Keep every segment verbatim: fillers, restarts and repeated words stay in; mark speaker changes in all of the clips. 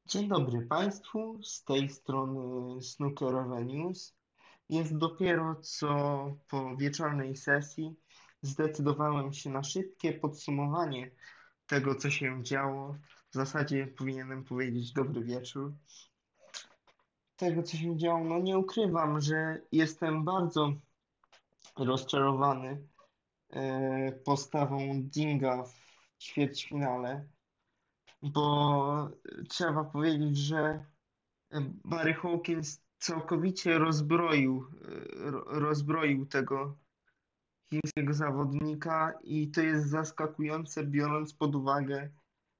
Speaker 1: Dzień dobry Państwu, z tej strony Snookerowe News. Jest dopiero co po wieczornej sesji zdecydowałem się na szybkie podsumowanie tego, co się działo. W zasadzie powinienem powiedzieć dobry wieczór. Tego, co się działo, no nie ukrywam, że jestem bardzo rozczarowany e, postawą Dinga w ćwierćfinale, bo trzeba powiedzieć, że Barry Hawkins całkowicie rozbroił, e, ro- rozbroił tego chińskiego zawodnika i to jest zaskakujące, biorąc pod uwagę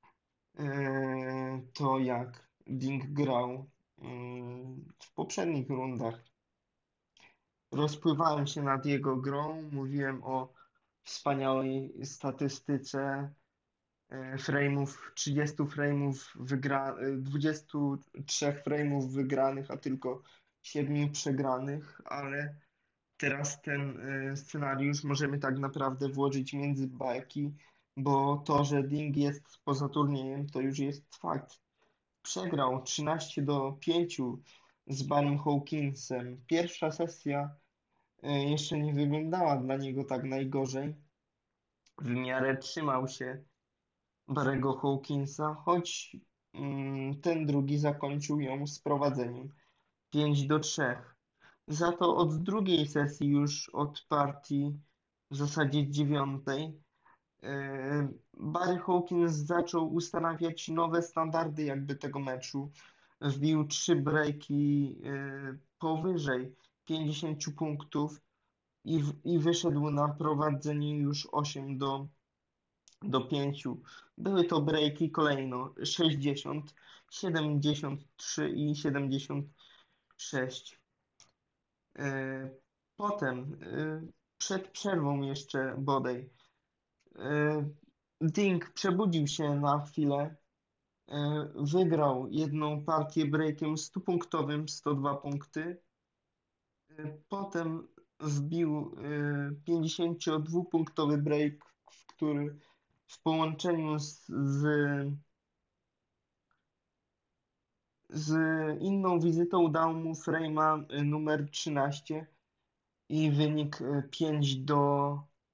Speaker 1: e, to, jak Ding grał mm, w poprzednich rundach. Rozpływałem się nad jego grą, mówiłem o wspaniałej statystyce e, frame'ów, trzydziestu frame'ów wygra, e, dwudziestu trzech frame'ów wygranych, a tylko siedmiu przegranych, ale teraz ten e, scenariusz możemy tak naprawdę włożyć między bajki, bo to, że Ding jest poza turniejem, to już jest fakt. Przegrał trzynaście do pięciu z Barrym Hawkinsem. Pierwsza sesja e, jeszcze nie wyglądała dla niego tak najgorzej. W miarę trzymał się Barry'ego Hawkinsa, choć mm, ten drugi zakończył ją sprowadzeniem pięć do trzech. Za to od drugiej sesji, już od partii w zasadzie dziewiątej, e, Barry Hawkins zaczął ustanawiać nowe standardy jakby tego meczu. Wbił trzy breaki e, powyżej pięćdziesięciu punktów i, w, i wyszedł na prowadzenie już osiem do do pięciu. Były to breaki kolejno sześćdziesiąt, siedemdziesiąt trzy i siedemdziesiąt sześć. E, Potem, e, przed przerwą jeszcze bodaj, e, Ding przebudził się na chwilę, e, wygrał jedną partię breakiem stupunktowym, sto dwa punkty. E, Potem wbił e, pięćdziesięciodwupunktowy break, w który w połączeniu z, z Z inną wizytą dał mu frame'a y, numer trzynaście i wynik y, pięć do,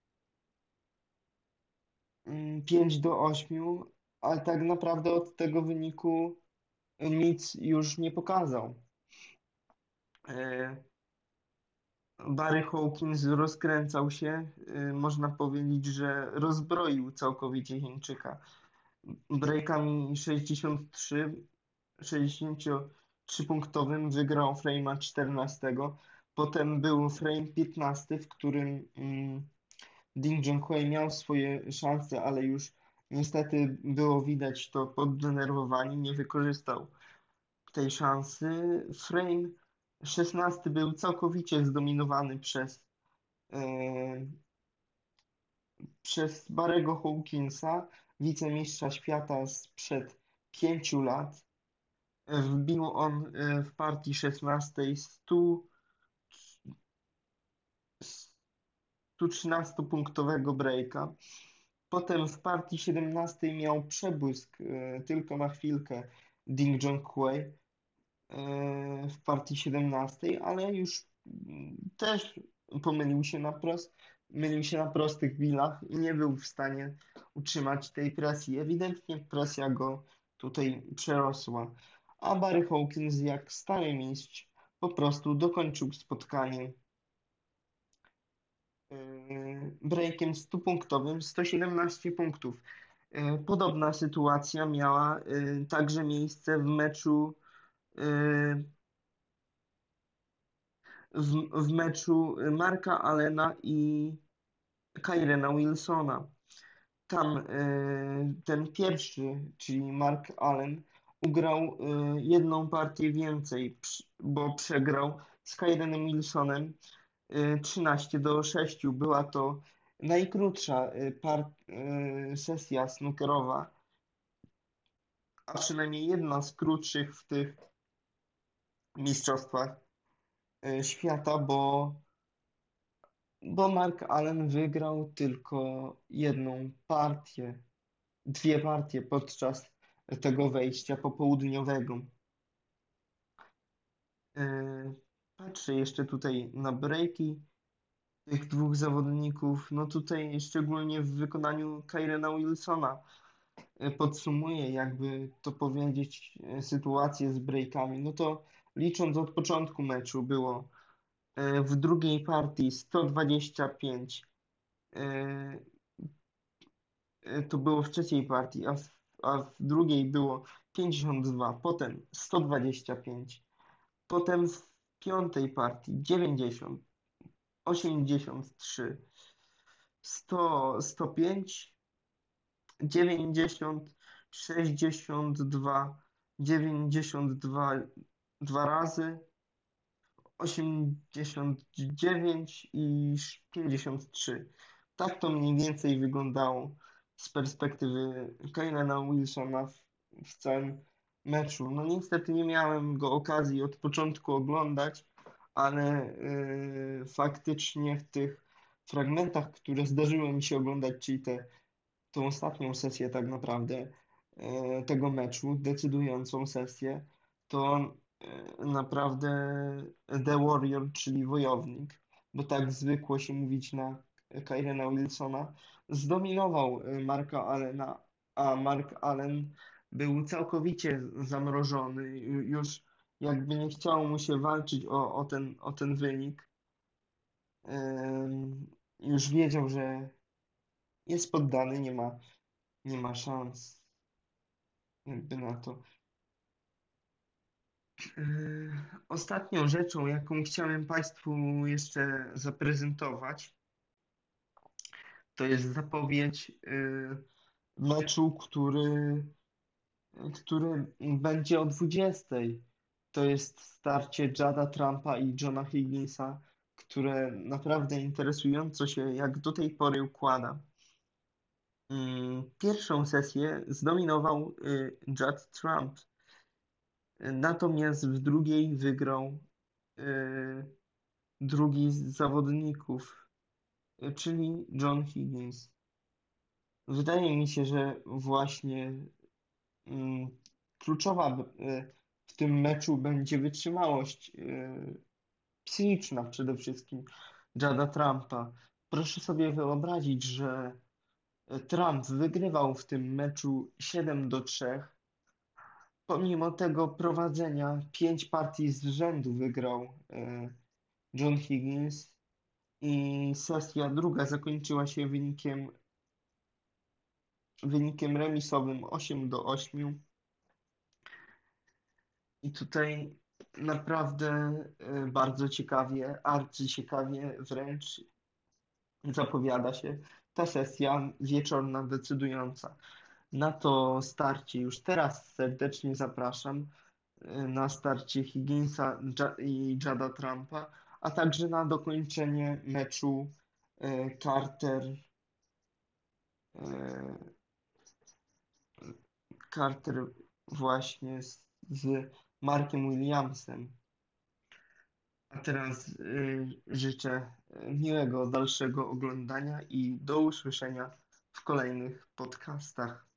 Speaker 1: mm, pięć do ośmiu, ale tak naprawdę od tego wyniku nic już nie pokazał. E, Barry Hawkins rozkręcał się, y, można powiedzieć, że rozbroił całkowicie Chińczyka. Breakami sześćdziesiąt trzy, sześćdziesięciotrzypunktowym wygrał frame'a czternastego. Potem był frame piętnasty, w którym mm, Ding Junhui miał swoje szanse, ale już niestety było widać to poddenerwowanie, nie wykorzystał tej szansy. Frame szesnasty był całkowicie zdominowany przez, e, przez Barry'ego Hawkinsa, wicemistrza świata sprzed pięciu lat. Wbił on e, w partii szesnastej sto, sto trzynastopunktowego breaka. Potem w partii siedemnastej miał przebłysk e, tylko na chwilkę Ding Junhui e, w partii siedemnastej, ale już mm, też pomylił się na prost, mylił się na prostych bilach i nie był w stanie utrzymać tej presji. Ewidentnie presja go tutaj przerosła. A Barry Hawkins, jak stały mistrz, po prostu dokończył spotkanie yy, breakiem stupunktowym, sto siedemnaście punktów. Yy, Podobna sytuacja miała yy, także miejsce w meczu yy, w, w meczu Marka Allena i Kyrena Wilsona. Tam yy, ten pierwszy, czyli Mark Allen, ugrał yy, jedną partię więcej, przy- bo przegrał z Kyrenem Wilsonem yy, trzynaście do sześciu. Była to najkrótsza yy, par, yy, sesja snookerowa, a przynajmniej jedna z krótszych w tych mistrzostwach yy, świata, bo Bo Mark Allen wygrał tylko jedną partię, dwie partie podczas tego wejścia popołudniowego. E, Patrzę jeszcze tutaj na breaki tych dwóch zawodników. No tutaj szczególnie w wykonaniu Kyrena Wilsona e, podsumuję, jakby to powiedzieć, e, sytuację z breakami. No to licząc od początku meczu było e, w drugiej partii sto dwadzieścia pięć, e, e, to było w trzeciej partii, a w, a w drugiej było pięćdziesiąt dwa, potem sto dwadzieścia pięć, potem w piątej partii dziewięćdziesiąt, osiemdziesiąt trzy, sto, sto pięć, dziewięćdziesiąt, sześćdziesiąt dwa, dziewięćdziesiąt dwa dwa razy, osiemdziesiąt dziewięć i pięćdziesiąt trzy. Tak to mniej więcej wyglądało z perspektywy Kylena Wilsona w, w całym meczu. No niestety nie miałem go okazji od początku oglądać, ale yy, faktycznie w tych fragmentach, które zdarzyło mi się oglądać, czyli te tą ostatnią sesję tak naprawdę e, tego meczu, decydującą sesję, to e, naprawdę The Warrior, czyli wojownik, bo tak zwykło się mówić na Kyrena Wilsona, zdominował e, Marka Allena, a Mark Allen był całkowicie zamrożony, Ju- już jakby nie chciało mu się walczyć o, o ten, o ten wynik. Em, Już wiedział, że jest poddany, nie ma nie ma szans jakby na to. Yy, Ostatnią rzeczą, jaką chciałem Państwu jeszcze zaprezentować, to jest zapowiedź yy, meczu, który, który będzie o dwudziestej. To jest starcie Jada Trumpa i Johna Higginsa, które naprawdę interesująco się jak do tej pory układa. Yy, Pierwszą sesję zdominował yy, Judd Trump. Natomiast w drugiej wygrał e, drugi z zawodników, e, czyli John Higgins. Wydaje mi się, że właśnie mm, kluczowa e, w tym meczu będzie wytrzymałość e, psychiczna przede wszystkim Jada Trumpa. Proszę sobie wyobrazić, że Trump wygrywał w tym meczu siedem do trzech. Pomimo tego prowadzenia pięć partii z rzędu wygrał e, John Higgins i sesja druga zakończyła się wynikiem, wynikiem remisowym osiem do ośmiu. I tutaj naprawdę e, bardzo ciekawie, arcyciekawie wręcz zapowiada się ta sesja wieczorna decydująca. Na to starcie już teraz serdecznie zapraszam, e, na starcie Higginsa Ja- i Jada Trumpa, a także na dokończenie meczu e, Carter e, Carter właśnie z, z Markiem Williamsem. A teraz y, życzę miłego dalszego oglądania i do usłyszenia w kolejnych podcastach.